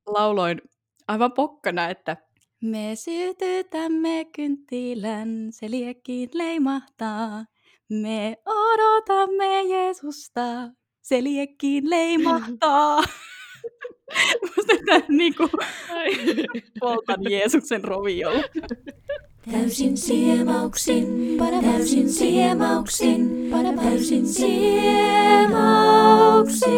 lauloin aivan pokkana, että me sytytämme kynttilän, se liekkiin leimahtaa. Me odotamme Jeesusta, se liekkiin leimahtaa. Musta tämä niinku poltan Jeesuksen roviolla. Täysin siemauksin, täysin siemauksin, täysin siemauksin.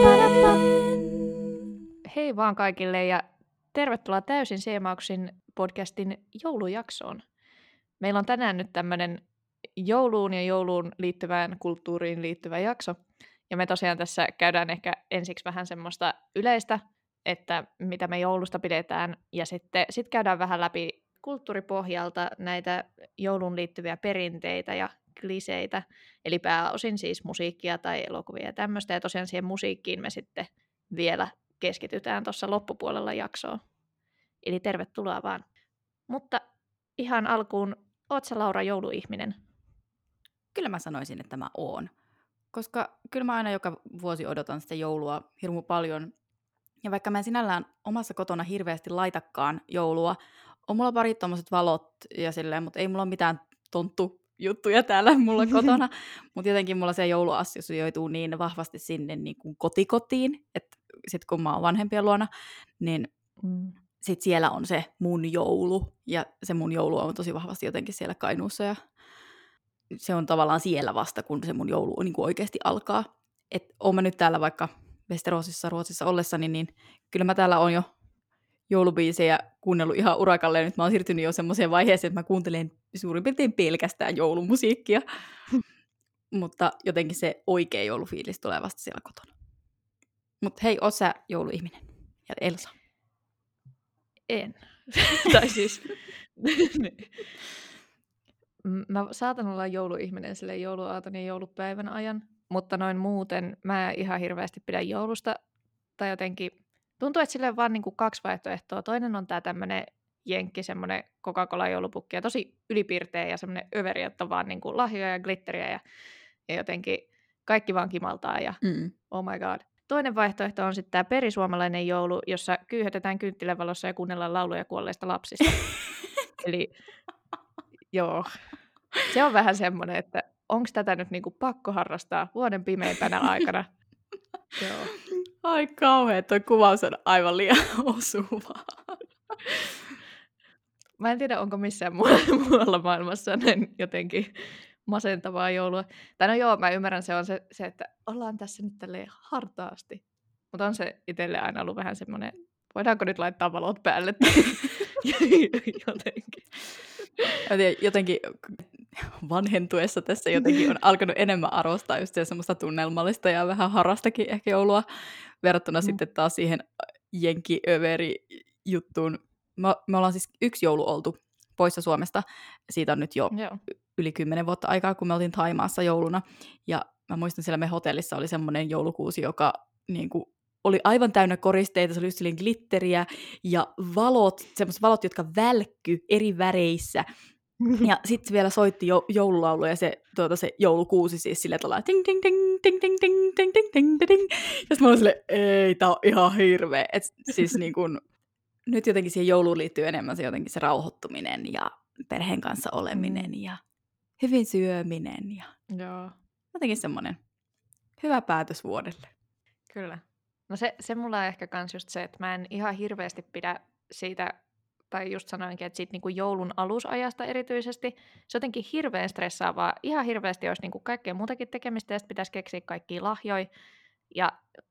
Hei vaan kaikille ja tervetuloa Täysin siemauksin podcastin joulujaksoon. Meillä on tänään nyt tämmöinen jouluun ja jouluun liittyvään kulttuuriin liittyvä jakso. Ja me tosiaan tässä käydään ehkä ensiksi vähän semmoista yleistä, että mitä me joulusta pidetään. Ja sitten käydään vähän läpi kulttuuripohjalta näitä jouluun liittyviä perinteitä ja kliseitä. Eli pääosin siis musiikkia tai elokuvia ja tämmöistä. Ja tosiaan siihen musiikkiin me sitten vielä keskitytään tuossa loppupuolella jaksoa. Eli tervetuloa vaan. Mutta ihan alkuun, oot sä Laura jouluihminen? Kyllä mä sanoisin, että mä oon. Koska kyllä mä aina joka vuosi odotan sitä joulua hirmu paljon. Ja vaikka mä en sinällään omassa kotona hirveästi laitakaan joulua, on mulla pari tommoset valot ja silleen, mutta ei mulla ole mitään tonttujuttuja täällä mulla kotona. Mutta jotenkin mulla se joulu assosioituu niin vahvasti sinne niin kuin kotikotiin, että sit kun mä oon vanhempien luona, niin sit siellä on se mun joulu. Ja se mun joulu on tosi vahvasti jotenkin siellä Kainuussa ja se on tavallaan siellä vasta, kun se mun joulu niin kuin oikeasti alkaa. Että oon mä nyt täällä vaikka Westerosissa, Ruotsissa ollessani, niin kyllä mä täällä oon jo joulubiisejä kuunnellut ihan urakalle. Ja nyt mä oon siirtynyt jo semmoiseen vaiheeseen, että mä kuuntelen suurin piirtein pelkästään joulumusiikkia. Mutta jotenkin se oikea joulufiilis tulee vasta siellä kotona. Mutta hei, oot sä jouluihminen? Ja Elsa? En. Tai siis... Mä saatan olla jouluihminen sille jouluaaton ja joulupäivän ajan, mutta noin muuten mä ihan hirveästi pidän joulusta. Tai jotenkin tuntuu, että sille on vaan niinku kaksi vaihtoehtoa. Toinen on tää tämmönen jenkki, semmonen Coca-Cola joulupukki ja tosi ylipiirteä ja semmonen överi, että on vaan niinku lahjoja ja glitteriä ja jotenkin kaikki vaan kimaltaa ja oh my god. Toinen vaihtoehto on sitten tää perisuomalainen joulu, jossa kyyhötetään kynttilänvalossa ja kuunnellaan lauluja kuolleista lapsista. Eli joo, se on vähän semmoinen, että onko tätä nyt niinku pakko harrastaa vuoden pimeimpänä aikana? Joo. Ai kauhea, toi kuvaus on aivan liian osuva. Mä en tiedä, onko missään muualla maailmassa näin jotenkin masentavaa joulua. Tai no joo, mä ymmärrän, se on se että ollaan tässä nyt tälleen hartaasti. Mutta on se itselle aina ollut vähän semmoinen, voidaanko nyt laittaa valot päälle? Jotenkin. Jotenkin vanhentuessa tässä jotenkin on alkanut enemmän arvostaa just semmoista tunnelmallista ja vähän harastakin ehkä joulua verrattuna sitten taas siihen jenki-överi-juttuun. Me ollaan siis yksi joulu oltu poissa Suomesta. Siitä on nyt jo yli 10 vuotta aikaa, kun me oltiin Thaimaassa jouluna. Ja mä muistan, siellä me hotellissa oli semmoinen joulukuusi, joka niin kuin oli aivan täynnä koristeita, se oli just silleen glitteriä ja valot, semmoiset valot, jotka välkky eri väreissä. Ja sitten vielä soitti joululaulu ja se joulukuusi siis silleen, että ollaan ting ting ting ting ting ting ting ting ting ting. Ja sitten mä olin silleen, ei, tää on ihan hirveä. Et siis niin kun, nyt jotenkin siihen jouluun liittyy enemmän se jotenkin se rauhoittuminen ja perheen kanssa oleminen ja hyvin syöminen ja jotenkin semmoinen hyvä päätös vuodelle. Kyllä. No se mulla on ehkä kans just se, että mä en ihan hirveästi pidä siitä, tai just sanoinkin, että siitä niinku joulun alusajasta erityisesti, se on jotenkin hirveän stressaavaa. Ihan hirveästi olisi niinku kaikkea muutakin tekemistä, ja sitten pitäisi keksiä kaikkia lahjoja. Ja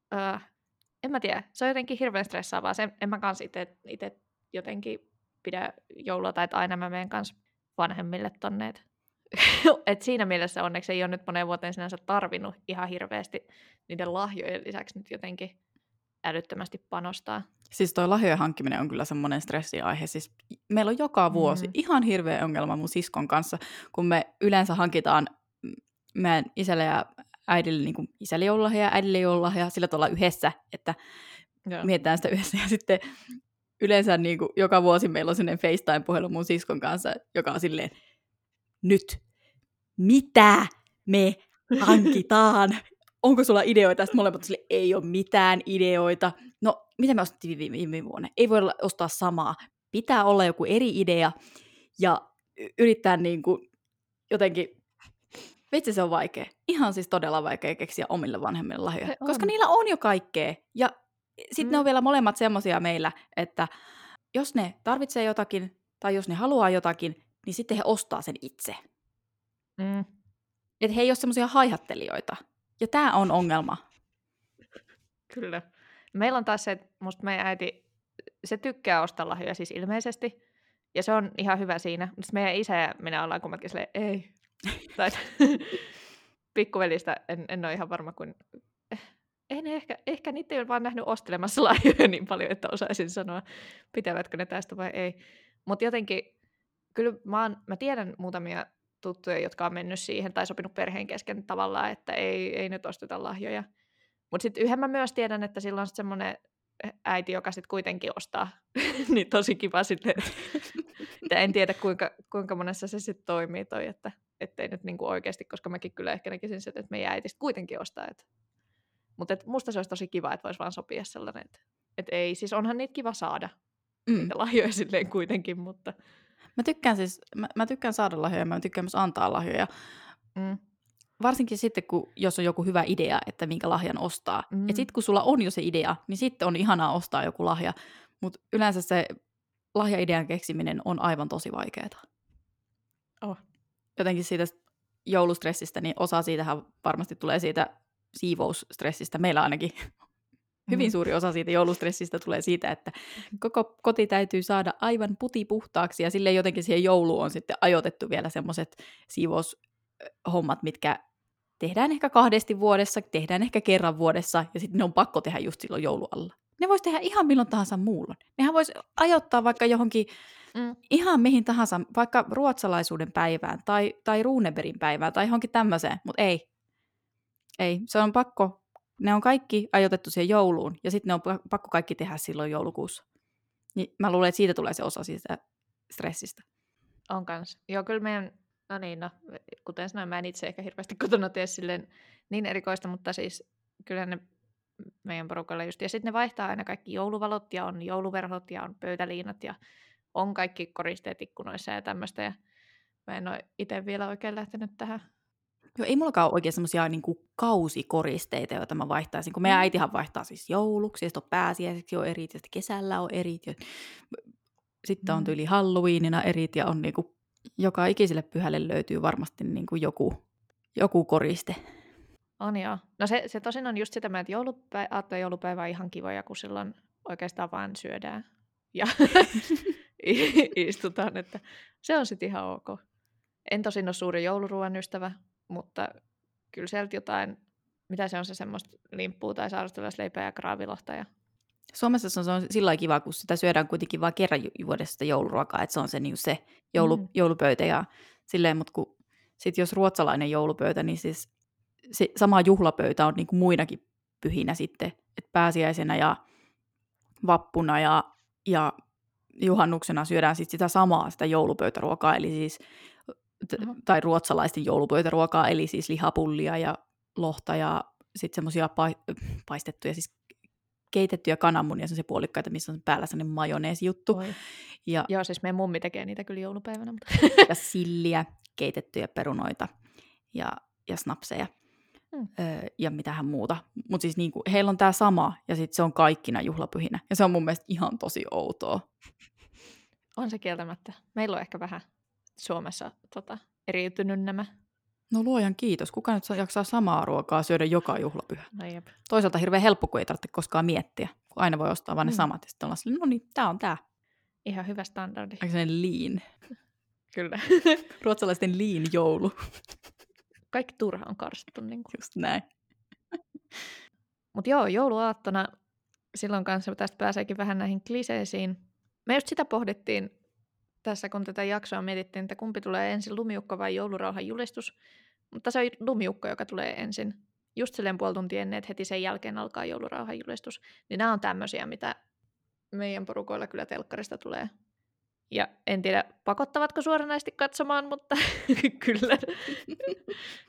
en mä tiedä, se on jotenkin hirveän stressaavaa. En mä kans itse jotenkin pidä joulua, tai että aina mä menen kans vanhemmille tonne. Et siinä mielessä onneksi ei ole nyt moneen vuoteen sinänsä tarvinnut ihan hirveästi niiden lahjojen lisäksi nyt jotenkin älyttömästi panostaa. Siis toi lahjojen hankkiminen on kyllä semmoinen stressiaihe. Siis meillä on joka vuosi ihan hirveä ongelma mun siskon kanssa, kun me yleensä hankitaan meidän isälle ja äidille, niin kuin isälle joululahja ja äidille joululahja, sillä tavalla yhdessä, että mietitään sitä yhdessä. Ja sitten yleensä niin kuin joka vuosi meillä on sellainen FaceTime-puhelu mun siskon kanssa, joka on silleen, nyt, mitä me hankitaan? onko sulla ideoita? Sitten molemmat sille, ei ole mitään ideoita. No, mitä me ostettiin viime vuonna? Ei voi ostaa samaa. Pitää olla joku eri idea ja yrittää niin kuin jotenkin, vitsi se on vaikea. Ihan siis todella vaikea keksiä omille vanhemmille lahjoja, koska niillä on jo kaikkea. Ja sitten ne on vielä molemmat semmosia meillä, että jos ne tarvitsee jotakin tai jos ne haluaa jotakin, niin sitten he ostaa sen itse. Että he ei ole semmoisia haihattelijoita. Ja tämä on ongelma. Kyllä. Meillä on taas se, että musta meidän äiti, se tykkää ostaa lahjoja siis ilmeisesti. Ja se on ihan hyvä siinä. Mutta meidän isä ja minä ollaan kummatkin silleen, ei. Tai pikkuvelistä en ole ihan varma, kun ei ne ehkä niitä ei ole vaan nähnyt ostelemassa lahjoja niin paljon, että osaisin sanoa, pitävätkö ne tästä vai ei. Mutta jotenkin, kyllä mä tiedän muutamia tuttuja, jotka on mennyt siihen tai sopinut perheen kesken tavallaan, että ei nyt osteta lahjoja. Mutta sitten yhden mä myös tiedän, että silloin on semmoinen äiti, joka sitten kuitenkin ostaa, niin tosi kiva sitten, että en tiedä kuinka monessa se sitten toimii toi, ettei nyt niinku oikeasti, koska mäkin kyllä ehkä näkisin sen, että meidän äiti kuitenkin ostaa. Mutta musta se olisi tosi kiva, että voisi vaan sopia sellainen, että ei, siis onhan niitä kiva saada, niitä lahjoja silleen kuitenkin, mutta... Mä tykkään saada lahjoja ja mä tykkään myös antaa lahjoja. Varsinkin sitten, jos on joku hyvä idea, että minkä lahjan ostaa. Ja sitten kun sulla on jo se idea, niin sitten on ihanaa ostaa joku lahja. Mutta yleensä se lahjaidean keksiminen on aivan tosi vaikeaa. Jotenkin siitä joulustressistä, niin osa siitähän varmasti tulee siitä siivousstressistä. Meillä ainakin hyvin suuri osa siitä joulustressistä tulee siitä, että koko koti täytyy saada aivan putipuhtaaksi. Ja silleen jotenkin siihen jouluun on sitten ajoitettu vielä semmoiset siivoushommat, mitkä tehdään ehkä 2 vuodessa, tehdään ehkä kerran vuodessa, ja sitten ne on pakko tehdä just silloin joulualla. Ne vois tehdä ihan milloin tahansa muulloin. Nehän vois ajoittaa vaikka johonkin ihan mihin tahansa, vaikka ruotsalaisuuden päivään, tai Runebergin päivään, tai johonkin tämmöiseen, mutta ei. Ei, se on pakko. Ne on kaikki ajoitettu siihen jouluun, ja sitten ne on pakko kaikki tehdä silloin joulukuussa. Niin mä luulen, että siitä tulee se osa siitä stressistä. On kans. Joo, kyllä meidän, kuten sanoin, mä en itse ehkä hirveästi kotona tee silleen niin erikoista, mutta siis kyllä ne meidän porukalla just. Ja sitten ne vaihtaa aina kaikki jouluvalot, ja on jouluverhot, ja on pöytäliinat, ja on kaikki koristeet ikkunoissa ja tämmöistä, ja mä en ole itse vielä oikein lähtenyt tähän. Joo, ei mullakaan ole oikein semmoisia niinku kausikoristeita, joita mä vaihtaisin, kun meidän äitihan vaihtaa siis jouluksi, ja sitten on pääsiäiseksi on erit, ja sitten kesällä on erit, ja sitten on tyyli Halloweenina erit, ja on niinku, joka ikiselle pyhälle löytyy varmasti niinku joku koriste. On joo. No se tosin on just sitä, että aatto- ja joulupäivä on ihan kivoja, kun silloin oikeastaan vaan syödään ja istutaan, että se on sitten ihan ok. En tosin ole suuri jouluruoan ystävä, mutta kyllä sieltä jotain, mitä se on se semmoista limppua tai saaristolaisleipää ja kraavilohta. Ja... Suomessa se on sillä lailla kiva, kun sitä syödään kuitenkin vain kerran vuodessa sitä jouluruokaa, että se on se, niin se joulupöytä ja silleen, mutta sitten jos ruotsalainen joulupöytä, niin siis se sama juhlapöytä on niin kuin muinakin pyhinä sitten, että pääsiäisenä ja vappuna ja juhannuksena syödään sitten sitä samaa, sitä joulupöytäruokaa, eli siis, tai ruotsalaisten joulupöytäruokaa, eli siis lihapullia ja lohta ja sitten semmoisia paistettuja, siis keitettyjä kananmunia, semmoisia puolikkaita, missä on päällä semmoinen majoneesijuttu. Joo, siis meidän mummi tekee niitä kyllä joulupäivänä. Mutta... ja silliä, keitettyjä perunoita ja snapseja. Ja mitähän muuta. Mutta siis niinku, heillä on tää sama, ja sitten se on kaikkina juhlapyhinä. Ja se on mun mielestä ihan tosi outoa. On se kieltämättä. Meillä on ehkä vähän Suomessa eriytynyt nämä. No luojan kiitos. Kuka nyt jaksaa samaa ruokaa syödä joka juhlapyhä? No jep. Toisaalta hirveän helppo, kun ei tarvitse koskaan miettiä. Kun aina voi ostaa vaan ne samat. Ja sitten ollaan silleen, no niin, tää on tää. Ihan hyvä standardi. Aika sellainen lean. Kyllä. Ruotsalaisten lean joulu. Kaikki turha on karsittu. Niin kuin. Just näin. Mutta joo, jouluaattona silloin kanssa tästä pääseekin vähän näihin kliseisiin. Me just sitä pohdittiin tässä, kun tätä jaksoa mietittiin, että kumpi tulee ensin, lumiukko vai joulurauhan julistus. Mutta se on lumiukko, joka tulee ensin. Just silleen puoli tuntia ennen, että heti sen jälkeen alkaa joulurauhan julistus. Niin nämä on tämmöisiä, mitä meidän porukoilla kyllä telkkarista tulee. Ja en tiedä, pakottavatko suoranaisesti katsomaan, mutta kyllä.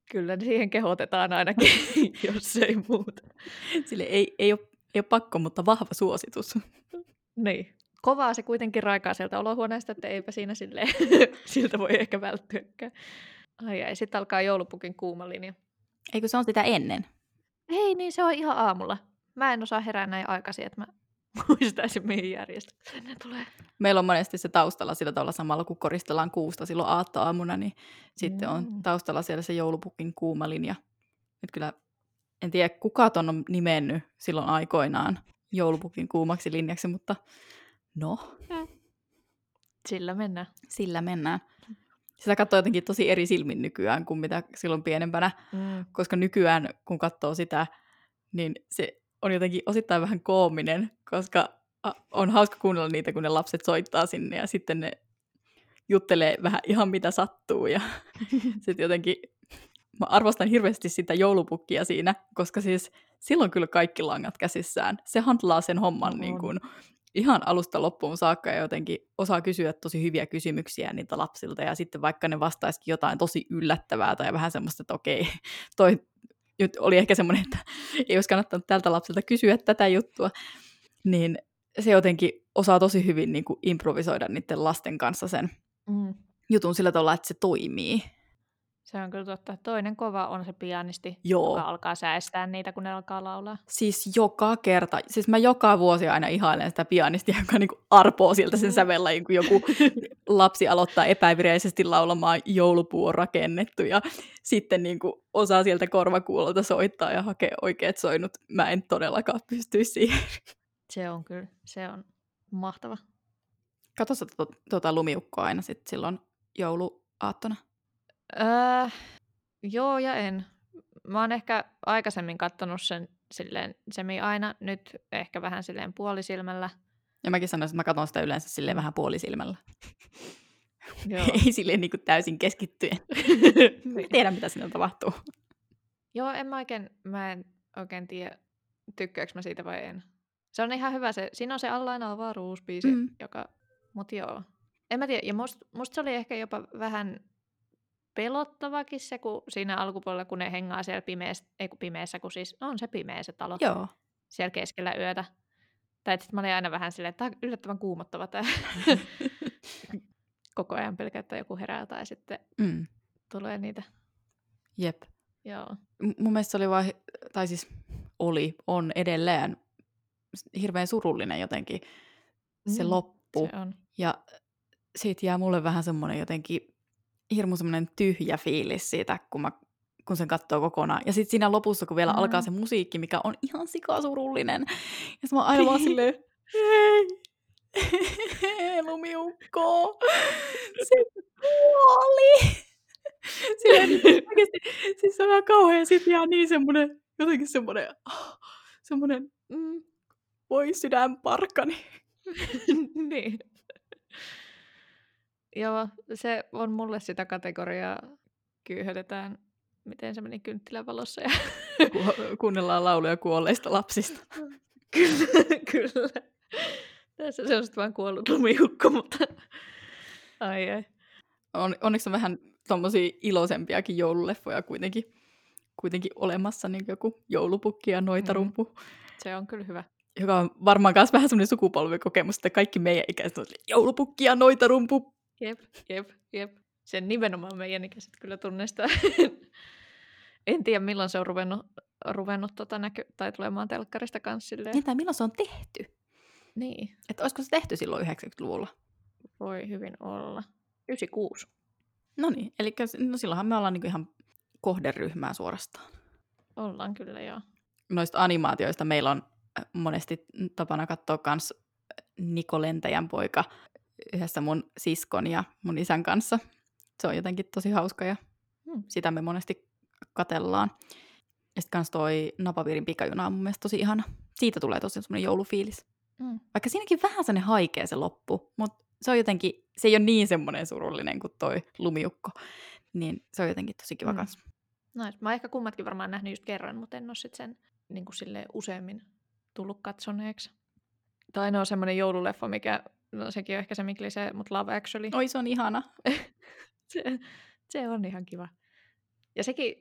Kyllä siihen kehotetaan ainakin, jos ei muuta. Sille ei ole pakko, mutta vahva suositus. Niin. Kovaa se kuitenkin raikaa sieltä olohuoneesta, että eipä siinä silleen, siltä voi ehkä välttyäkään. Ai, sitten alkaa joulupukin kuuma linja. Eikö se on sitä ennen? Ei, niin se on ihan aamulla. Mä en osaa herää näin aikaisin, että mä muistaisin, mihin järjestykseen ne tulee. Meillä on monesti se taustalla sillä tavalla samalla, kun koristellaan kuusta silloin aattoaamuna, niin sitten on taustalla siellä se joulupukin kuuma linja. Nyt kyllä en tiedä, kuka ton on nimennyt silloin aikoinaan joulupukin kuumaksi linjaksi, mutta no. Sillä mennään. Sillä mennään. Sitä katsoo jotenkin tosi eri silmin nykyään kuin mitä silloin pienempänä, koska nykyään kun katsoo sitä, niin se on jotenkin osittain vähän koominen, koska on hauska kuunnella niitä, kun ne lapset soittaa sinne ja sitten ne juttelee vähän ihan mitä sattuu. Ja sitten jotenkin mä arvostan hirveästi sitä joulupukkia siinä, koska siis silloin kyllä kaikki langat käsissään. Se handlaa sen homman niin kuin ihan alusta loppuun saakka ja jotenkin osaa kysyä tosi hyviä kysymyksiä niiltä lapsilta. Ja sitten vaikka ne vastaisikin jotain tosi yllättävää tai vähän semmoista, että okei, toi nyt oli ehkä semmoinen, että ei olisi kannattanut tältä lapselta kysyä tätä juttua, niin se jotenkin osaa tosi hyvin niin kuin improvisoida niiden lasten kanssa sen jutun sillä tavalla, että se toimii. Se on kyllä totta. Toinen kova on se pianisti, Joo. joka alkaa säestää niitä, kun ne alkaa laulaa. Siis joka kerta. Siis mä joka vuosi aina ihailen sitä pianistia, joka niinku arpoo sieltä sen sävellä, kun joku lapsi aloittaa epävireisesti laulamaan Joulupuu on rakennettu ja sitten niinku osaa sieltä korvakuulolta soittaa ja hakea oikeat soinut. Mä en todellakaan pystyisi siihen. Se on kyllä. Se on mahtava. Katso sä lumiukkoa aina sit silloin jouluaattona? Joo ja en. Mä oon ehkä aikaisemmin katsonut sen silleen semi aina, nyt ehkä vähän silleen puolisilmällä. Ja mäkin sanoisin, että mä katson sitä yleensä silleen vähän puolisilmällä. Joo. Ei silleen niin kuin täysin keskittyen. Mä tiedän, mitä siinä tapahtuu. Joo, mä en oikein tiedä, tykkääkö mä siitä vai en. Se on ihan hyvä, siinä on se Allaina avaruusbiisi, mut joo. En mä tiedä, ja musta se oli ehkä jopa vähän pelottavakin se, kun siinä alkupuolella, kun ne hengaa siellä pimeässä, kun siis on se pimeä se talo. Joo. Siellä keskellä yötä. Tai sitten mä olin aina vähän silleen, että tämä on yllättävän kuumottava tämä. Koko ajan pelkää, että joku herää tai sitten tulee niitä. Jep. Joo. Mun mielestä se oli vaan, tai siis on edelleen hirveän surullinen jotenkin se loppu. Se on. Ja siitä jää mulle vähän semmoinen jotenkin hirmu semmoinen tyhjä fiilis siitä, kun sen katsoo kokonaan. Ja sitten siinä lopussa, kun vielä alkaa se musiikki, mikä on ihan sikasurullinen. Ja mä oon aina vaan silleen, hei, lumiukko, se kuoli. Silleen oikeasti, siis se on ihan kauhea. Sitten jää niin semmoinen, jotenkin semmoinen, voi sydänparkkani. Niin. Joo, se on mulle sitä kategoriaa, kyyhötetään, miten se meni kynttilävalossa. Ja Kuunnellaan lauluja kuolleista lapsista. Kyllä. Tässä se on sitten vaan kuollut lumiukko, mutta ai. Onneksi on vähän tommosia iloisempiakin joululeffoja kuitenkin olemassa, niin joku Joulupukki ja Noitarumpu. Se on kyllä hyvä. Joka on varmaan myös vähän semmoinen sukupolvikokemus, että kaikki meidän ikäiset on Joulupukki ja Noitarumpu. Jep. Sen nimenomaan meidän ikäiset kyllä tunnistaa. En tiedä, milloin se on ruvennut tai tulemaan telkkarista kanssa silleen. Entä milloin se on tehty? Niin. Että olisiko se tehty silloin 90-luvulla? Voi hyvin olla. 96. No niin, eli silloinhan me ollaan niinku ihan kohderyhmää suorastaan. Ollaan kyllä, joo. Noista animaatioista meillä on monesti tapana katsoa kans Niko Lentäjän poika yhdessä mun siskon ja mun isän kanssa. Se on jotenkin tosi hauska ja sitä me monesti katellaan. Ja sitten kans toi Napapiirin pikajuna on mun mielestä tosi ihana. Siitä tulee tosi semmoinen joulufiilis. Vaikka siinäkin vähän sellainen haikea se loppu, mutta se on jotenkin, se ei ole niin semmoinen surullinen kuin toi Lumiukko. Niin se on jotenkin tosi kiva kans. Nice. Mä oon ehkä kummatkin varmaan nähnyt just kerran, mutta en ole sit sen niin kuin silleen useammin tullut katsoneeksi. Tai ainoa semmoinen joululeffa, mikä, no sekin on ehkä se Mikli, mutta Love Actually. Oi, se on ihana. se on ihan kiva. Ja sekin,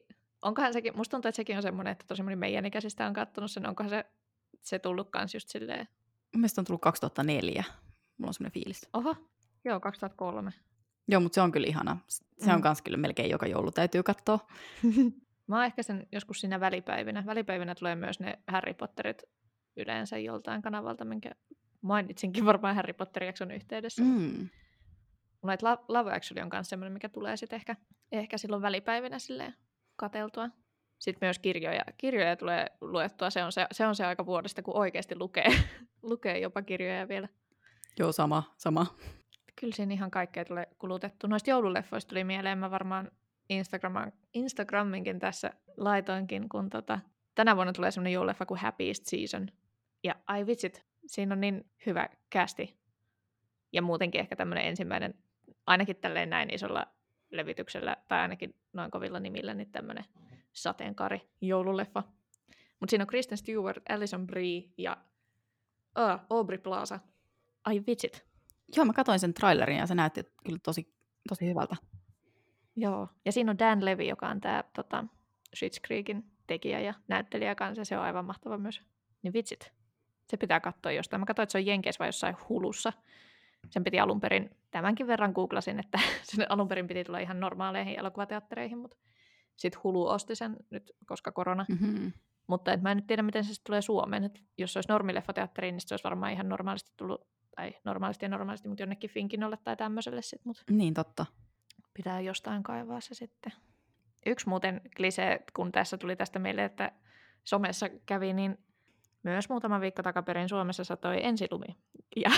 onkohan sekin, musta tuntuu, että sekin on semmoinen, että tosi moni meidän ikäisistä on kattonut sen, onkohan se tullut kans just silleen. Mun mielestä on tullut 2004. Mulla on semmoinen fiilis. Oho, joo, 2003. Joo, mutta se on kyllä ihana. Se on kans kyllä melkein joka joulu täytyy katsoa. Mä oon ehkä sen joskus siinä välipäivinä. Välipäivinä tulee myös ne Harry Potterit yleensä joltain kanavalta, minkä mainitsinkin varmaan Harry Potter-jakson yhteydessä. Mulla et Love Actually on myös semmoinen, mikä tulee sitten ehkä silloin välipäivinä silleen katseltua. Sitten myös kirjoja tulee luettua. Se on se aika vuodesta, kun oikeasti lukee jopa kirjoja vielä. Joo, sama. Kyllä siinä ihan kaikkea tulee kulutettu. Noista joululeffoista tuli mieleen, mä varmaan Instagraminkin tässä laitoinkin, kun tänä vuonna tulee semmoinen joululeffa kuin Happiest Season. Ja ai vitsit, siinä on niin hyvä kästi. Ja muutenkin ehkä tämmöinen ensimmäinen, ainakin tälleen näin isolla levityksellä, tai ainakin noin kovilla nimillä, niin tämmöinen sateenkaari joululeffa. Mutta siinä on Kristen Stewart, Alison Brie ja Aubrey Plaza. Ai vitsit. Joo, mä katsoin sen trailerin ja se näytti kyllä tosi hyvältä. Joo, ja siinä on Dan Levy, joka on tämä Schitt's Creekin tekijä ja näyttelijä kanssa, se on aivan mahtava myös. Niin vitsit, se pitää katsoa jostain. Mä katsoin, että se on Jenkeissä vai jossain Hulussa. Sen piti alun perin, tämänkin verran googlasin, että sen alun perin piti tulla ihan normaaleihin elokuvateattereihin, mutta sitten Hulu osti sen nyt, koska korona. Mm-hmm. Mutta mä en nyt tiedä, miten se tulee Suomeen. Et jos se olisi normileffateatteriin, niin se olisi varmaan ihan normaalisti tullut, tai normaalisti, mutta jonnekin Finkinolle tai tämmöiselle sitten. Niin, totta. Pitää jostain kaivaa se sitten. Yksi muuten klisee, kun tässä tuli tästä mieleen, että somessa kävi, niin myös muutama viikko takaperin Suomessa satoi ensilumi. Ja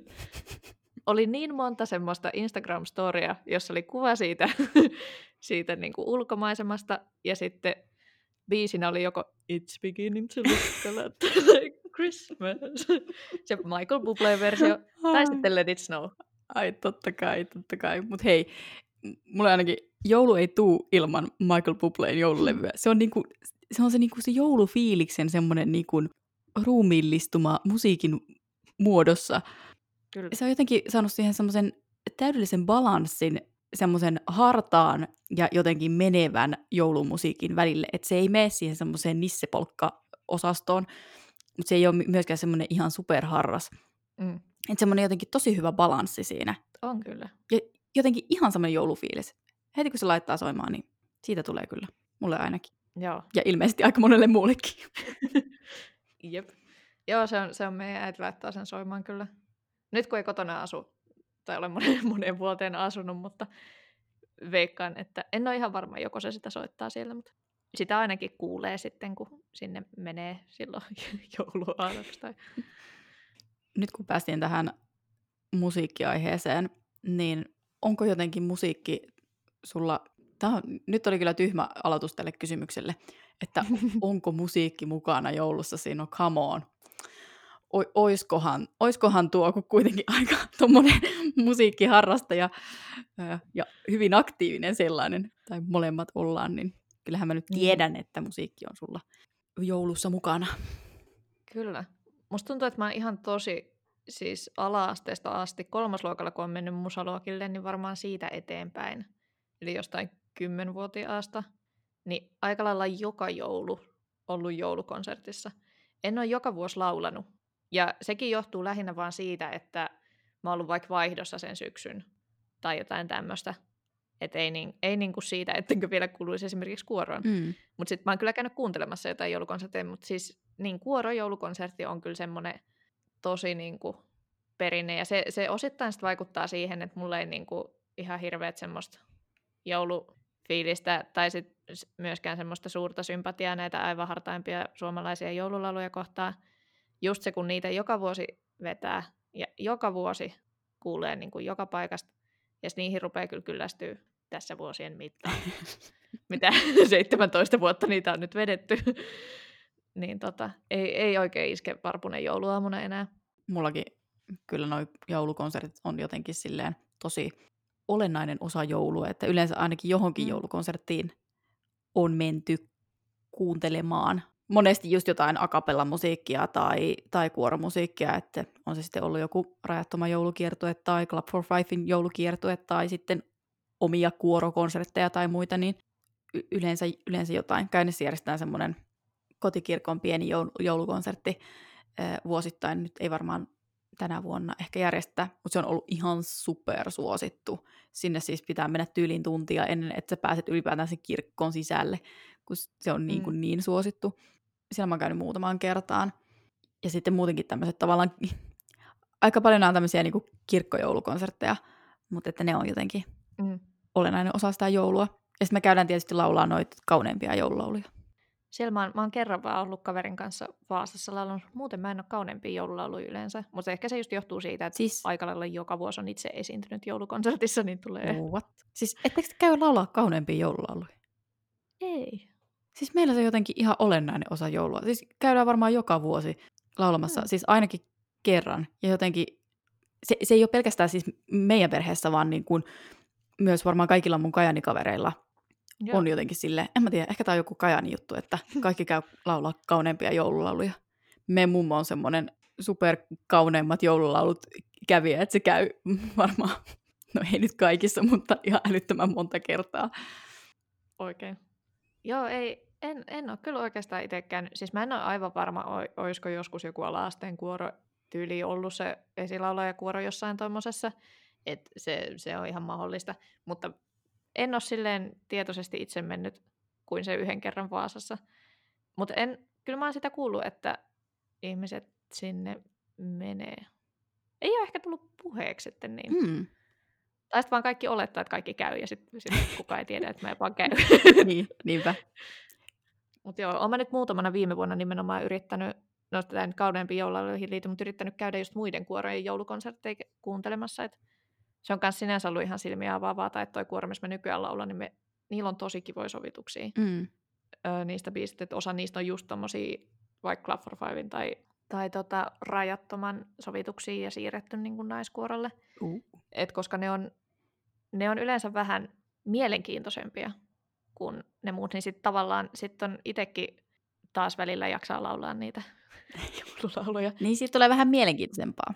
oli niin monta semmoista Instagram-storia, jossa oli kuva siitä niin kuin ulkomaisemasta, ja sitten biisinä oli joko It's beginning to look like Christmas, se Michael Bublé-versio, tai sitten Let it snow. Ai, totta kai. Mut hei, mulle ainakin joulu ei tuu ilman Michael Bubléin joululevyä. Se on se joulufiiliksen semmoinen niinku ruumiillistuma musiikin muodossa. Kyllä. Se on jotenkin saanut siihen semmoisen täydellisen balanssin semmoisen hartaan ja jotenkin menevän joulumusiikin välille. Että se ei mene siihen semmoiseen nissepolkka-osastoon, mutta se ei ole myöskään semmoinen ihan superharras. Että semmoinen jotenkin tosi hyvä balanssi siinä. On kyllä. Ja jotenkin ihan semmoinen joulufiilis. Heti kun se laittaa soimaan, niin siitä tulee kyllä. Mulle ainakin. Joo. Ja ilmeisesti aika monelle muullekin. Jep. Joo, se on meidän äiti laittaa sen soimaan kyllä. Nyt kun ei kotona asu, tai olen moneen vuoteen asunut, mutta veikkaan, että en ole ihan varma, joko se sitä soittaa siellä, mutta sitä ainakin kuulee sitten, kun sinne menee silloin jouluaadoksi. Tai... Nyt kun päästiin tähän musiikkiaiheeseen, niin onko jotenkin musiikki sulla... Nyt oli kyllä tyhmä aloitus tälle kysymykselle, että onko musiikki mukana joulussa? Siinä on come on. Oiskohan tuo, kun kuitenkin aika tommonen musiikkiharrastaja ja hyvin aktiivinen sellainen, tai molemmat ollaan, niin kyllähän mä nyt tiedän, että musiikki on sulla joulussa mukana. Kyllä. Musta tuntuu, että mä oon ihan tosi, siis ala-asteesta asti, 3. luokalla, kun on mennyt musaluokille, niin varmaan siitä eteenpäin, eli jostain 10-vuotiaasta, niin aika lailla joka joulu ollut joulukonsertissa. En ole joka vuosi laulanut. Ja sekin johtuu lähinnä vaan siitä, että mä oon ollut vaikka vaihdossa sen syksyn tai jotain tämmöistä. Että ei niinku siitä, ettenkö vielä kuuluisi esimerkiksi kuoroon. Mutta sitten mä oon kyllä käynyt kuuntelemassa jotain joulukonsertteja, mutta siis niin joulukonsertti on kyllä semmoinen tosi niinku perinne. Ja se osittain sit vaikuttaa siihen, että mulla ei niinku ihan hirveät semmoista joulufiilistä tai sit myöskään semmoista suurta sympatiaa näitä aivan hartaimpia suomalaisia joululauluja kohtaan. Just se, kun niitä joka vuosi vetää ja joka vuosi kuulee niin kuin joka paikasta, ja niihin rupeaa kyllä kyllästyä tässä vuosien mittaan. Mitä 17 vuotta niitä on nyt vedetty. Niin ei oikein iske varpunen jouluaamuna enää. Mullakin kyllä nuo joulukonsertit on jotenkin silleen tosi olennainen osa joulua, että yleensä ainakin johonkin joulukonserttiin on menty kuuntelemaan. Monesti just jotain a cappella musiikkia tai kuoromusiikkia, että on se sitten ollut joku Rajattoman joulukiertue tai Club for Fivein joulukiertue tai sitten omia kuorokonsertteja tai muita, niin yleensä jotain. Käynnissä järjestetään semmoinen kotikirkon pieni joulukonsertti vuosittain. Nyt ei varmaan tänä vuonna ehkä järjestää, mutta se on ollut ihan supersuosittu. Sinne siis pitää mennä tyyliin tuntia ennen, että sä pääset ylipäätään sen kirkkoon sisälle, kun se on niin suosittu. Siellä mä oon käynyt muutamaan kertaan. Ja sitten muutenkin tämmöiset tavallaan, aika paljon on tämmöisiä niin kuin kirkkojoulukonsertteja, mutta että ne on jotenkin olennainen osa sitä joulua. Ja sitten me käydään tietysti laulaa noita kauneimpia joululauluja. Siellä mä oon kerran vaan ollut kaverin kanssa Vaasassa laulunut. Muuten mä en ole kauneimpia joululauluja yleensä. Mutta ehkä se just johtuu siitä, että aika lailla joka vuosi on itse esiintynyt joulukonsertissa, niin tulee... What? Siis ettekö te käy laulaa kauneimpia joululauluja? Ei. Siis meillä se on jotenkin ihan olennainen osa joulua. Siis käydään varmaan joka vuosi laulamassa, siis ainakin kerran. Ja jotenkin, se ei ole pelkästään siis meidän perheessä, vaan niin kuin myös varmaan kaikilla mun Kajani-kavereilla on jotenkin silleen, en mä tiedä, ehkä tää on joku Kajani juttu, että kaikki käy laulaa kauneimpia joululauluja. Me mummo on semmoinen superkauneimmat joululaulut kävijä, että se käy varmaan, no ei nyt kaikissa, mutta ihan älyttömän monta kertaa. Oikein. Joo, en ole kyllä oikeastaan itsekään, siis mä en ole aivan varma, olisiko joskus joku ala-asteen kuoro tyyli ollut se esilaulajakuoro jossain tommosessa, että se on ihan mahdollista, mutta en ole silleen tietoisesti itse mennyt kuin se yhden kerran Vaasassa, mutta kyllä mä oon sitä kuullut, että ihmiset sinne menee. Ei ole ehkä tullut puheeksi sitten niin. Tai sitten vaan kaikki olettaa, että kaikki käy, ja sitten kukaan ei tiedä, että mä vaan käy. Niinpä. Mutta joo, olen mä nyt muutamana viime vuonna nimenomaan yrittänyt, no tämä nyt kauneimpiin joululauluihin liity, mutta yrittänyt käydä just muiden kuorojen joulukonsertteja kuuntelemassa. Et se on myös sinänsä ollut ihan silmiä avaavaa, tai että toi kuoro, missä mä nykyään laulan, niin niillä on tosi kivoja sovituksia niistä biisistä. Että osa niistä on just tommosia, vaikka Club for Fiven tai Rajattoman sovituksia ja siirretty niin kuin naiskuorolle. Et koska ne on yleensä vähän mielenkiintoisempia kuin ne muut, niin sitten tavallaan on itsekin taas välillä jaksaa laulaa niitä joululauluja. Niin siitä tulee vähän mielenkiintoisempaa.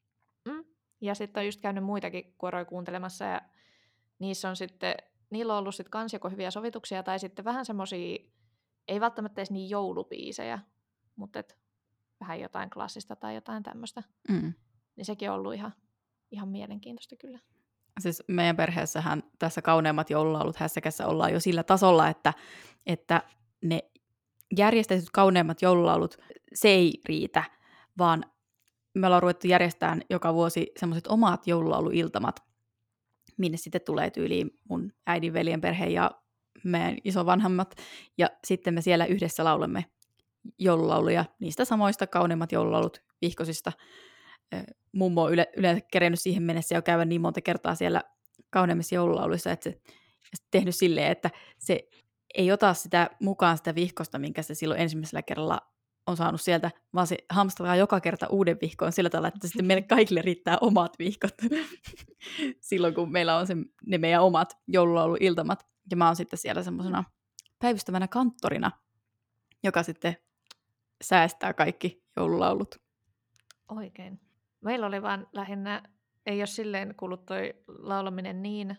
Ja sitten on just käynyt muitakin kuoroja kuuntelemassa, ja niillä on ollut sitten kans joko hyviä sovituksia, tai sitten vähän semmosia, ei välttämättä edes niin joulubiisejä, mutta vähän jotain klassista tai jotain tämmöistä. Niin sekin on ollut ihan mielenkiintoista kyllä. Siis meidän perheessähän tässä kauneimmat joululaulut hässäkässä ollaan jo sillä tasolla, että ne järjestetyt kauneimmat joululaulut, se ei riitä, vaan me ollaan ruvettu järjestämään joka vuosi semmoiset omat joululauluiltamat, minne sitten tulee tyyliin mun äidin veljen perhe ja meidän isovanhemmat, ja sitten me siellä yhdessä laulamme joululauluja, niistä samoista kauneimmat joululaulut vihkosista. Mummo on yleensä kerennyt siihen mennessä jo käydä niin monta kertaa siellä kauneimmissa joululauluissa, että se tehnyt silleen, että se ei ota sitä mukaan sitä vihkosta, minkä se silloin ensimmäisellä kerralla on saanut sieltä, vaan se hamstraa joka kerta uuden vihkoon sillä tavalla, että sitten meille kaikille riittää omat vihkot silloin, kun meillä on ne meidän omat joululauluiltamat. Ja mä oon sitten siellä semmoisena päivystävänä kanttorina, joka sitten säästää kaikki joululaulut. Oikein. Meillä oli vaan lähinnä, ei ole silleen kuullut toi laulaminen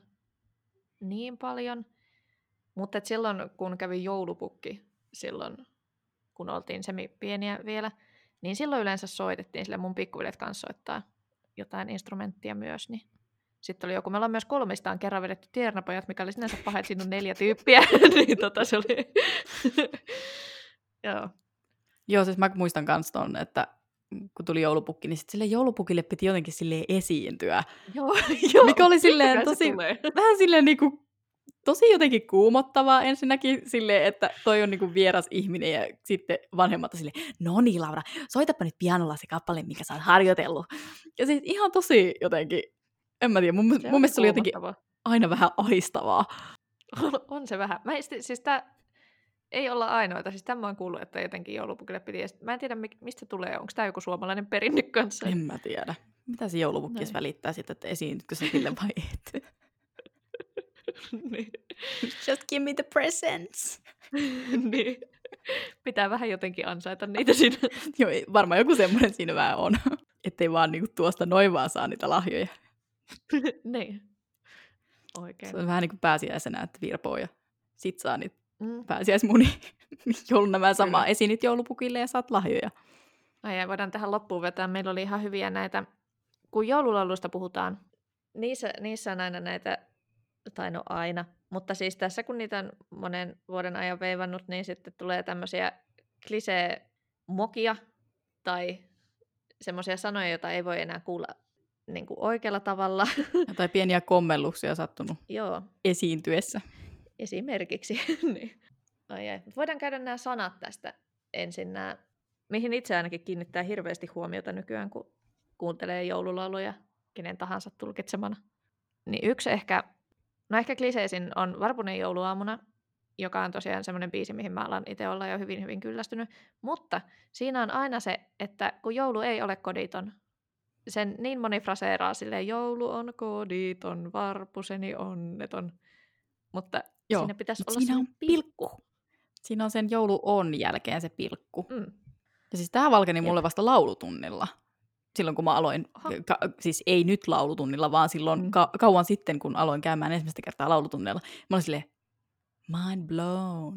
niin paljon, mutta silloin kun kävi joulupukki, silloin kun oltiin semi-pieniä vielä, niin silloin yleensä soitettiin, sillä mun pikkuveljet kanssa soittaa jotain instrumenttia myös, niin sitten oli joku, me ollaan myös kolmistaan kerran vedetty tiernapojat, mikä oli sinänsä paha, että siinä on 4 tyyppiä, niin se oli, joo. Joo, siis mä muistan kans ton, että kun tuli joulupukki, niin sitten sille joulupukille piti jotenkin silleen esiintyä. Joo, mikä oli silleen vähän silleen niinku, tosi jotenkin kuumottavaa ensinnäkin silleen, että toi on niinku vieras ihminen ja sitten vanhemmat silleen, no niin Laura, soitapa nyt pianolla se kappale, mikä sä oot harjoitellut. Ja siis ihan tosi jotenkin, en mä tiedä, mun mielestä se oli jotenkin aina vähän ahistavaa. On se vähän. Siis tää ei olla ainoita. Siis tämä on kuullut, että jotenkin joulupukille piti. Mä en tiedä, mistä tulee. Onko tämä joku suomalainen perinne kanssa? En mä tiedä. Mitä se joulupukki välittää sitten, että esiinnytkö se sille vai et? Niin. Just give me the presents. Niin. Pitää vähän jotenkin ansaita niitä siinä. Joo, varmaan joku semmoinen siinä vähän on. Ettei vaan niinku tuosta noin vaan saa niitä lahjoja. Niin. Oikein. Se on vähän niin kuin pääsiäisenä, että virpoo ja sit saa niitä pääsiäismuni. Jolloin nämä samaa esinit joulupukille ja saat lahjoja. Ai, voidaan tähän loppuun vetää. Meillä oli ihan hyviä näitä, kun joululauluista puhutaan, niissä on aina näitä, tai no aina, mutta siis tässä kun niitä on monen vuoden ajan veivannut, niin sitten tulee tämmöisiä klisee-mokia tai semmoisia sanoja, joita ei voi enää kuulla niin kuin oikealla tavalla. Tai pieniä kommelluksia sattunut Joo, esiintyessä. esimerkiksi. Niin. Ai. Voidaan käydä nämä sanat tästä ensin, mihin itse ainakin kiinnittää hirveästi huomiota nykyään, kun kuuntelee joululauluja kenen tahansa tulkitsemana. Niin yksi ehkä kliseisin on Varpunen jouluaamuna, joka on tosiaan semmoinen biisi, mihin mä alan itse olla jo hyvin, hyvin kyllästynyt. Mutta siinä on aina se, että kun joulu ei ole koditon, sen niin moni fraseeraa silleen, joulu on koditon, varpuseni onneton. Mutta Joo, siinä pitäisi olla siinä on semmoinen pilkku. Siinä on sen joulu on jälkeen se pilkku. Ja siis tämä valkeni mulle vasta laulutunnilla. Silloin kun mä aloin, siis ei nyt laulutunnilla, vaan silloin kauan sitten, kun aloin käymään ensimmäistä kertaa laulutunnilla. Mä olin silleen, mind blown.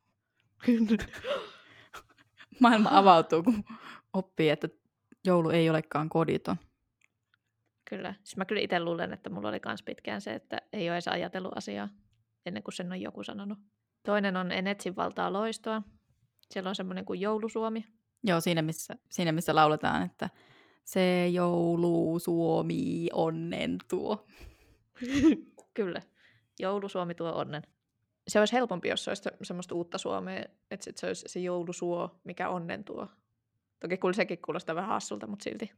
Maailma avautuu, kun oppii, että joulu ei olekaan koditon. Kyllä. Siis mä kyllä itse luulen, että mulla oli myös pitkään se, että ei ole edes ajatellut asiaa ennen kuin sen on joku sanonut. Toinen on En etsi valtaa loistoa. Siellä on semmoinen kuin Joulusuomi. Joo, siinä missä lauletaan, että se joulusuomi onnen tuo. Kyllä. Joulusuomi tuo onnen. Se olisi helpompi, jos se olisi semmoista uutta suomea, että se olisi se joulusuo, mikä onnen tuo. Toki kyllä sekin kuulostaa vähän hassulta, mutta silti.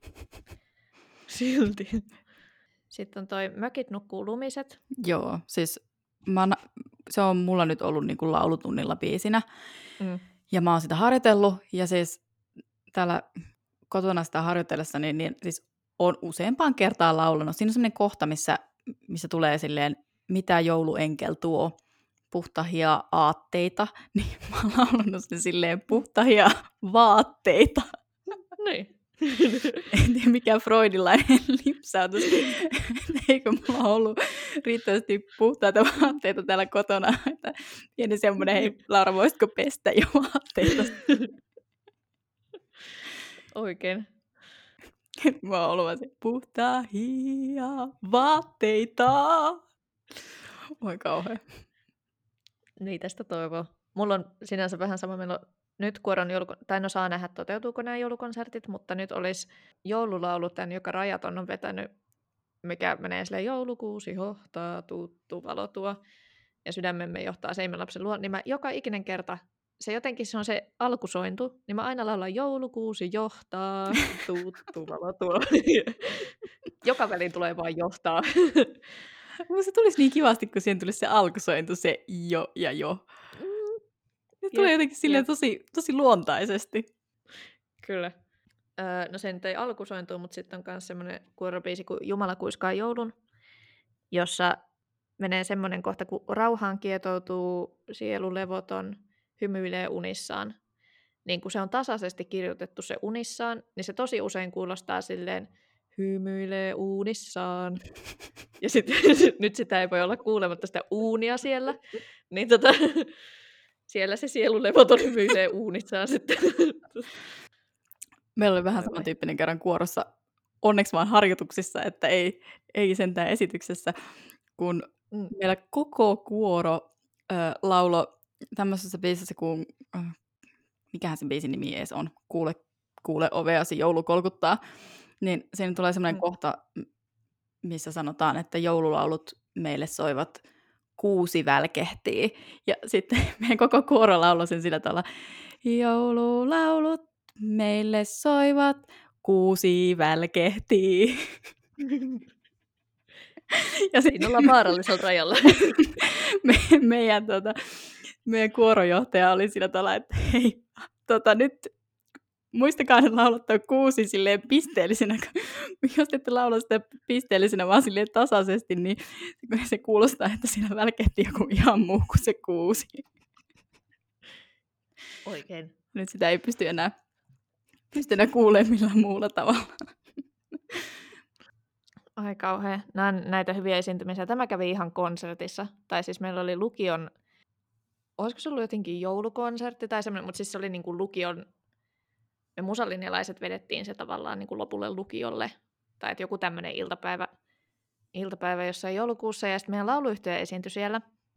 Sitten on toi Mökit nukkuu lumiset. Joo, siis se on mulla nyt ollut niin kuin laulutunnilla biisinä. Ja mä oon sitä harjoitellut. Ja siis täällä kotona sitä harjoitellessa, niin siis on useampaan kertaan laulanut. Siinä on semmoinen kohta, missä tulee silleen, mitä jouluenkel tuo, puhtahia aatteita. Niin mä oon laulanut sen silleen, puhtahia vaatteita. Niin. En tiedä mikä freudilainen lipsautus. Eikö mulla ollut riittävästi puhtaita vaatteita täällä kotona. Että pieni semmoinen, hei Laura, voisitko pestä jo vaatteita? Oikein. Mä oon ollut se puhtahia vaatteita. Oi kauhea. Niin tästä toivoo. Mulla on sinänsä vähän sama, meillä on nyt kun on tai no saa nähdä toteutuuko nämä joulukonsertit, mutta nyt olisi joululaulu tämän, joka Rajaton on vetänyt, mikä menee silleen joulukuusi hohtaa, tuttu valo tuo ja sydämemme johtaa seimelapsen luo, niin mä joka ikinen kerta, se jotenkin se on se alkusointu, niin mä aina laulan joulukuusi johtaa, tuttu valo tuo. Joka väliin tulee vaan johtaa. Mutta se tulisi niin kivasti, kun siihen tulisi se alkusointu, se jo ja jo. Se tulee jotenkin silleen tosi luontaisesti. Kyllä. No se nyt ei alkusointua, mutta sitten on myös semmoinen kuorobiisi kuin Jumala kuiskaa joulun, jossa menee semmoinen kohta, kun rauhaan kietoutuu, sielu levoton, hymyilee unissaan. Niin kun se on tasaisesti kirjoitettu se unissaan, niin se tosi usein kuulostaa silleen, hymyilee unissaan. Ja sitten nyt sitä ei voi olla kuulematta sitä uunia siellä. Niin siellä se sielu levoton hymyilee uunissaan sitten. Meillä oli vähän samantyyppinen kerran kuorossa, onneksi vaan harjoituksissa, että ei sentään esityksessä, kun meillä koko kuoro laulo tämmöisessä biisissä kuin, mikähän sen biisin nimi edes on, kuule oveasi joulu kolkuttaa, niin siinä tulee semmoinen kohta, missä sanotaan, että joululaulut meille soivat, kuusi välkehtii. Ja sitten meidän koko kuoro lauloi sen sillä tavalla, joululaulut meille soivat, kuusi välkehtii. Ja siinä ollaan vaarallisella rajalla. meidän kuorojohtaja oli sillä tavalla, että hei, nyt muistakaa ne laulattaa kuusi silleen pisteellisenä. Jos ette laula sitä pisteellisenä, vaan silleen tasaisesti, niin se kuulostaa, että siinä välkehtii joku ihan muu kuin se kuusi. Oikein. Nyt sitä ei pysty enää kuulemaan millään muulla tavalla. Ai kauhea. Nämä on näitä hyviä esiintymisiä. Tämä kävi ihan konsertissa. Tai siis meillä oli lukion olisiko se ollut jotenkin joulukonsertti tai semmoinen, mutta siis se oli niin kuin lukion, me musalinjalaiset vedettiin se tavallaan niin kuin lopulle lukiolle, tai että joku tämmöinen iltapäivä jossain joulukuussa, ja sitten meidän lauluyhtye esiintyi siellä.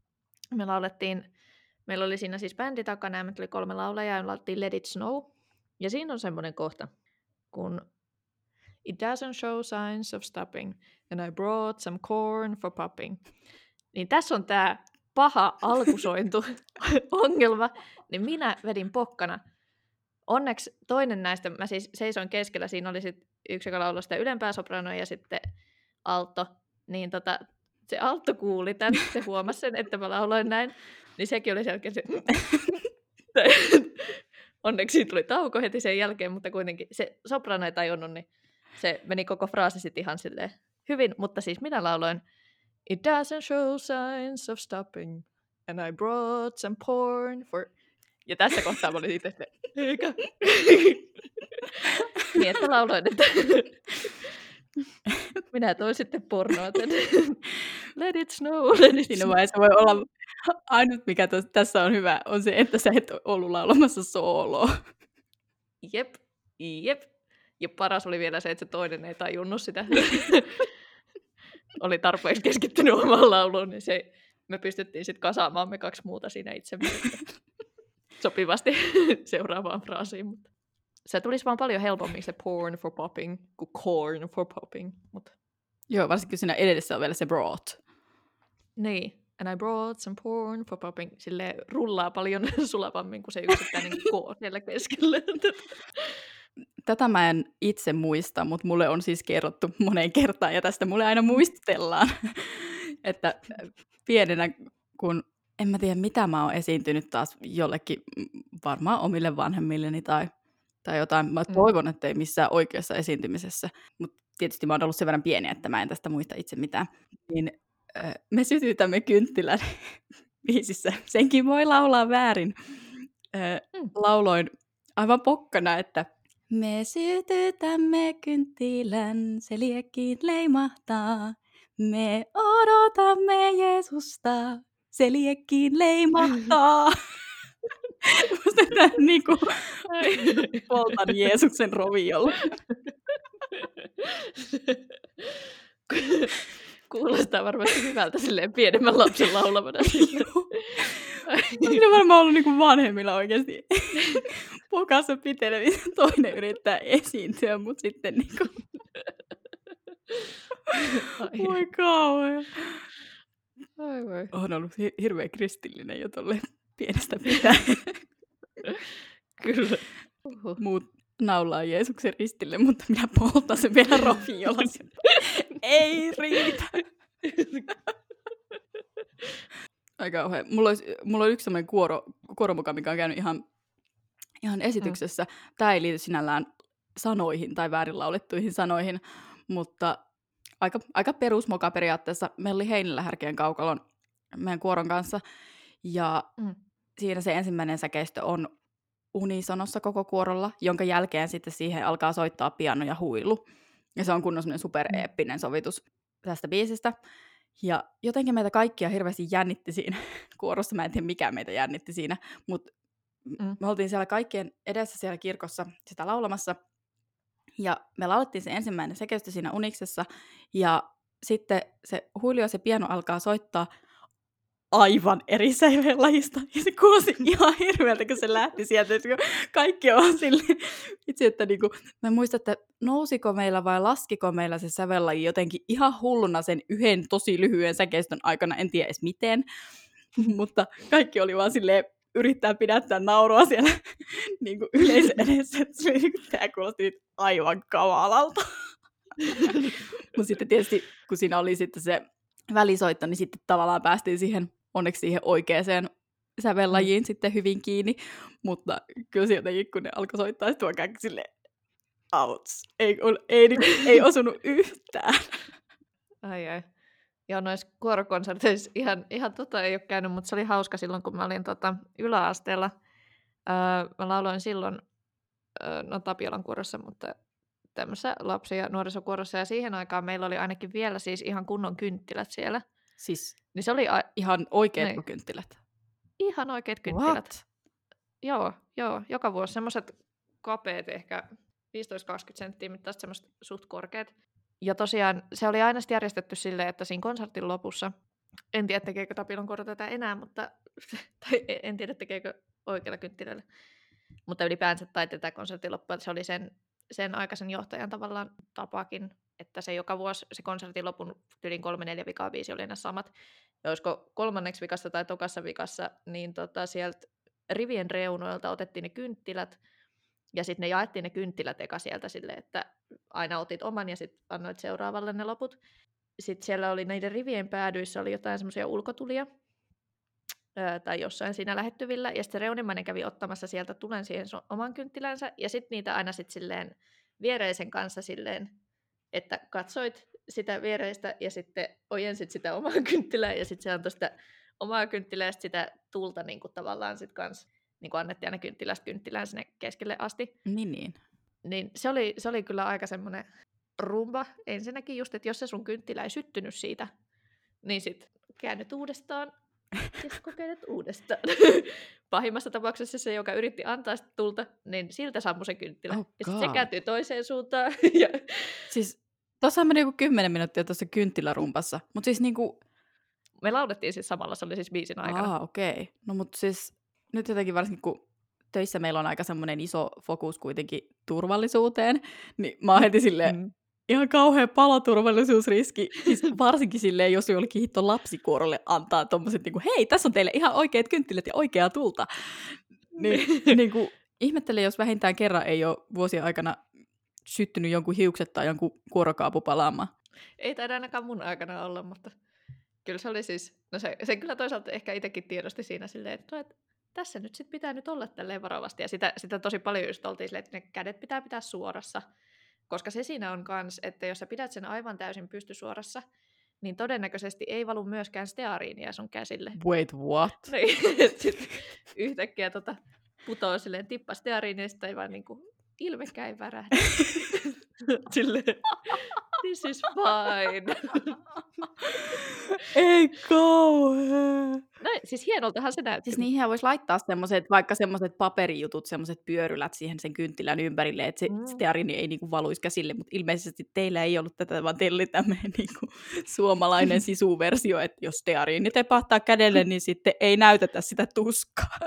Meillä oli siinä siis bändi takana, ja me tuli 3 laulajaa, ja me laulettiin Let It Snow, ja siinä on semmoinen kohta, kun It doesn't show signs of stopping, and I brought some corn for popping. Niin tässä on tämä paha alkusointu ongelma, niin minä vedin pokkana. Onneksi toinen näistä, mä siis seisoin keskellä, siinä oli sit yksi, joka lauloi sitä ylempää sopranoa ja sitten alto, niin se alto kuuli tämän, se huomasi sen, että mä lauloin näin, niin sekin oli selkeä se... Onneksi siitä tuli tauko heti sen jälkeen, mutta kuitenkin se soprano ei tajunnut, niin se meni koko fraasi sitten ihan silleen hyvin, mutta siis minä lauloin It doesn't show signs of stopping, and I brought some porn for... Ja tässä kohtaa mä olin itse, että eikä. Niin, että lauloin, että minä toin sitten pornoa tänne. Let it snow, let it Siinä snow. vaiheessa voi olla ainut, mikä tässä on hyvä, on se, että sä et ollut laulamassa sooloa. Jep. Ja paras oli vielä se, että se toinen ei tajunnut sitä. Oli tarpeeksi keskittynyt omaan lauluun, niin me pystyttiin sitten kasaamaan me 2 muuta siinä itsemme sopivasti seuraavaan fraasiin. Mutta se tulisi vaan paljon helpommin se porn for popping kuin corn for popping. Mutta Joo, varsinkin siinä edessä on vielä se brought. niin, and I brought some porn for popping. Silleen rullaa paljon sulavammin kuin se yksittäinen K siellä keskellä. Tätä mä en itse muista, mutta mulle on siis kerrottu moneen kertaan, ja tästä mulle aina muistutellaan, että pienenä, kun en mä tiedä mitä mä oon esiintynyt taas jollekin, varmaan omille vanhemmilleni tai jotain. Mä toivon, että ei missään oikeassa esiintymisessä, mutta tietysti mä oon ollut sen verran pieni, että mä en tästä muista itse mitään. Niin me sytytämme kynttilän biisissä. Senkin voi laulaa väärin. Lauloin aivan pokkana, että me sytytämme kynttilän, se liekkiin leimahtaa. Me odotamme Jeesusta, se liekkiin leimahtaa. Musta tämä niinku poltan Jeesuksen roviolla. Kuulostaa varmasti hyvältä silleen pienemmän lapsen laulamana. Kyllä varmaan ollut niinku vanhemmilla oikeasti pokassa pitelemistä. Toinen yrittää esiintyä, mutta sitten niinku... Voi kauhean. Ai. Olen ollut hirveän kristillinen jo tolleen pienestä pitäen. Kyllä. Muut naulaa Jeesuksen ristille, mutta minä poltan sen vielä roviolla. Ei riitä. Aika kauhean. Mulla on yksi sellainen kuoro mukaan, mikä on käynyt ihan esityksessä. Tämä ei liity sinällään sanoihin tai väärin laulettuihin sanoihin, mutta aika perusmoka periaatteessa. Meillä oli Heinillä Härkien kaukalon meidän kuoron kanssa, ja siinä se ensimmäinen säkeistö on unisonossa koko kuorolla, jonka jälkeen sitten siihen alkaa soittaa piano ja huilu. Ja se on kunnon semmoinen supereeppinen sovitus tästä biisistä. Ja jotenkin meitä kaikkia hirveästi jännitti siinä kuorossa. Mä en tiedä, mikä meitä jännitti siinä, mutta me oltiin siellä kaikkien edessä siellä kirkossa sitä laulamassa. Ja me laulettiin se ensimmäinen säkeistö siinä uniksessa. Ja sitten se huilu ja se piano alkaa soittaa aivan eri sävellajista. Ja se kuulosti ihan hirveältä, kun se lähti sieltä. Kaikki on silleen, itse, että niinku, mä en muista, että nousiko meillä vai laskiko meillä se sävellaji jotenkin ihan hulluna sen yhden tosi lyhyen säkeistön aikana. En tiedä edes miten, mutta kaikki oli vaan silleen, yrittää pidättää naurua siellä niinku yleisön edessä. Tämä kuulosti nyt aivan kamalalta. Mutta sitten tietysti, kun siinä oli sitten se välisoitto, niin sitten tavallaan päästiin onneksi siihen oikeaan sävellajiin sitten hyvin kiinni. Mutta kyllä se jotenkin, kun ne alkoi soittaa, sitten tuon kaikki silleen, outs, ei osunut yhtään. Ai. Joo, noissa kuorokonserteissa ihan ei ole käynyt, mutta se oli hauska silloin, kun mä olin yläasteella. Mä lauloin silloin Tapiolan kuorossa, mutta tämmöisessä lapsi- ja nuorisokuorossa, ja siihen aikaan meillä oli ainakin vielä siis ihan kunnon kynttilät siellä. Siis niin se oli ihan oikeat kynttilät. Ihan oikeat kynttilät. What? Joo, joka vuosi semmoiset kapeet, ehkä 15-20 senttiä mittaiset semmoiset suht korkeat. Ja tosiaan se oli aina järjestetty silleen, että siinä konsertin lopussa, en tiedä tekeekö Tapilonkorro tätä enää, mutta, tai en tiedä tekeekö oikealla kynttilällä, mutta ylipäänsä tai tätä konsertin loppua, se oli sen aikaisen johtajan tavallaan tapakin, että se joka vuosi se konsertin lopun yli 3-4 vikaa biisi oli ne samat. Ja olisiko kolmanneksi vikassa tai tokassa vikassa, niin sieltä rivien reunoilta otettiin ne kynttilät, ja sitten ne jaettiin ne kynttilät eka sieltä silleen, että aina otit oman ja sitten annoit seuraavalle ne loput. Sitten siellä oli näiden rivien päädyissä oli jotain semmoisia ulkotulia, tai jossain siinä lähettyvillä, ja sitten se reunimmainen kävi ottamassa sieltä tulen siihen oman kynttilänsä, ja sitten niitä aina sitten silleen viereisen kanssa silleen, että katsoit sitä viereistä, ja sitten ojensit sitä omaa kynttilää, ja sitten se antoi sitä omaa kynttilää, ja sitä tulta niin kuin tavallaan sitten kanssa, niin kuin annettiin aina kynttilästä kynttilään sinne keskelle asti. Niin. Niin se oli kyllä aika semmoinen rumba. Ensinnäkin just, että jos se sun kynttilä ei syttynyt siitä, niin sit käännyt uudestaan ja kokeilet uudestaan. Pahimmassa tapauksessa se, joka yritti antaa sitä tulta, niin siltä sammui se kynttilä. Oh ja sitten se God. kääntyi toiseen suuntaan. Ja Siis tuossa meni joku 10 minuuttia tuossa kynttilärumpassa, mutta siis niinku... me laulettiin siis samalla, se oli siis biisin aikana. Okei. No mutta siis nyt jotenkin varsinkin kun töissä meillä on aika semmoinen iso fokus kuitenkin turvallisuuteen, niin mä oon heti silleen ihan kauhea paloturvallisuusriski, siis varsinkin silleen, jos jollekin hitto lapsikuorolle antaa tommoset niinku, hei, tässä on teille ihan oikeat kynttilät ja oikeaa tulta. Niin niinku, ihmettelen, jos vähintään kerran ei ole vuosien aikana syttynyt jonkun hiukset tai jonkun kuorokaapu palaamaan. Ei taida ainakaan mun aikana olla, mutta kyllä se oli siis, no se kyllä toisaalta ehkä itsekin tiedosti siinä silleen, että tässä nyt sit pitää nyt olla tälleen varovasti. Ja sitä tosi paljon just oltiin silleen, että ne kädet pitää pitää suorassa. Koska se siinä on kans, että jos sä pidät sen aivan täysin pystysuorassa, niin todennäköisesti ei valu myöskään steariinia sun käsille. Wait, what? Niin, sitten yhtäkkiä putoo silleen tippa steariinista, ei vaan niinku ilmekään värähdä. Silleen, this is fine. Ei kauhea. No siis hienoltahan se näytti. Siis niihin voisi laittaa vaikka semmoiset paperijutut, semmoiset pyörylät siihen sen kynttilän ympärille, että se stearini ei niinku valuisi käsille, mutta ilmeisesti teillä ei ollut tätä, vaan teillä oli tämmöinen niinku suomalainen sisuversio, että jos stearini tepahtaa kädelle, niin sitten ei näytetä sitä tuskaa.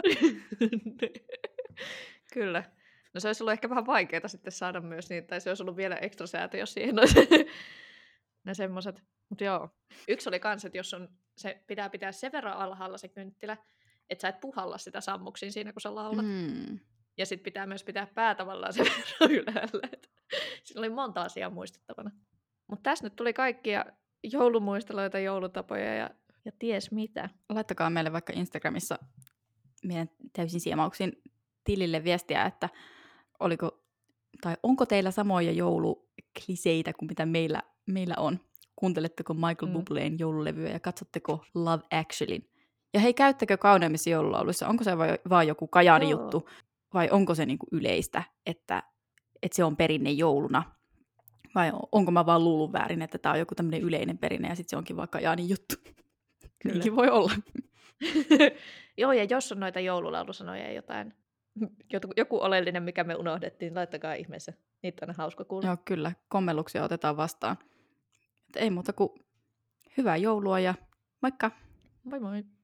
Kyllä. No se olisi ollut ehkä vähän vaikeaa sitten saada myös niin, tai se olisi ollut vielä ekstra säätö, jos siihen olisi ne semmoiset. Mutta joo. Yksi oli kans, että jos se pitää sen verran alhaalla se kynttilä, että sä et puhalla sitä sammuksiin siinä, kun sä laulat. Ja sitten pitää myös pitää pää tavallaan sen verran ylhäällä. Siinä oli monta asiaa muistettavana. Mutta tässä nyt tuli kaikkia joulumuisteloita, joulutapoja ja ties mitä. Laittakaa meille vaikka Instagramissa meidän täysin siemauksin tilille viestiä, että onko teillä samoja joulukliseitä kuin mitä meillä on. Kuunteletteko Michael Bublé'n joululevyä ja katsotteko Love Actuallyn? Ja hei, käyttäkö kauneimmissa joululauluissa? Onko se vaan joku Kajaani-juttu vai onko se niinku yleistä, että se on perinne jouluna? Vai onko mä vaan luullut väärin, että tämä on joku tämmöinen yleinen perinne ja sitten se onkin vaan Kajaani-juttu? Niinkin voi olla. Joo, ja jos on noita joululaulusanoja ja joku oleellinen, mikä me unohdettiin, laittakaa ihmeessä. Niitä on hauska kuulla. Joo, kyllä. Kommelluksia otetaan vastaan. Ei muuta kuin hyvää joulua ja moikka! Moi moi!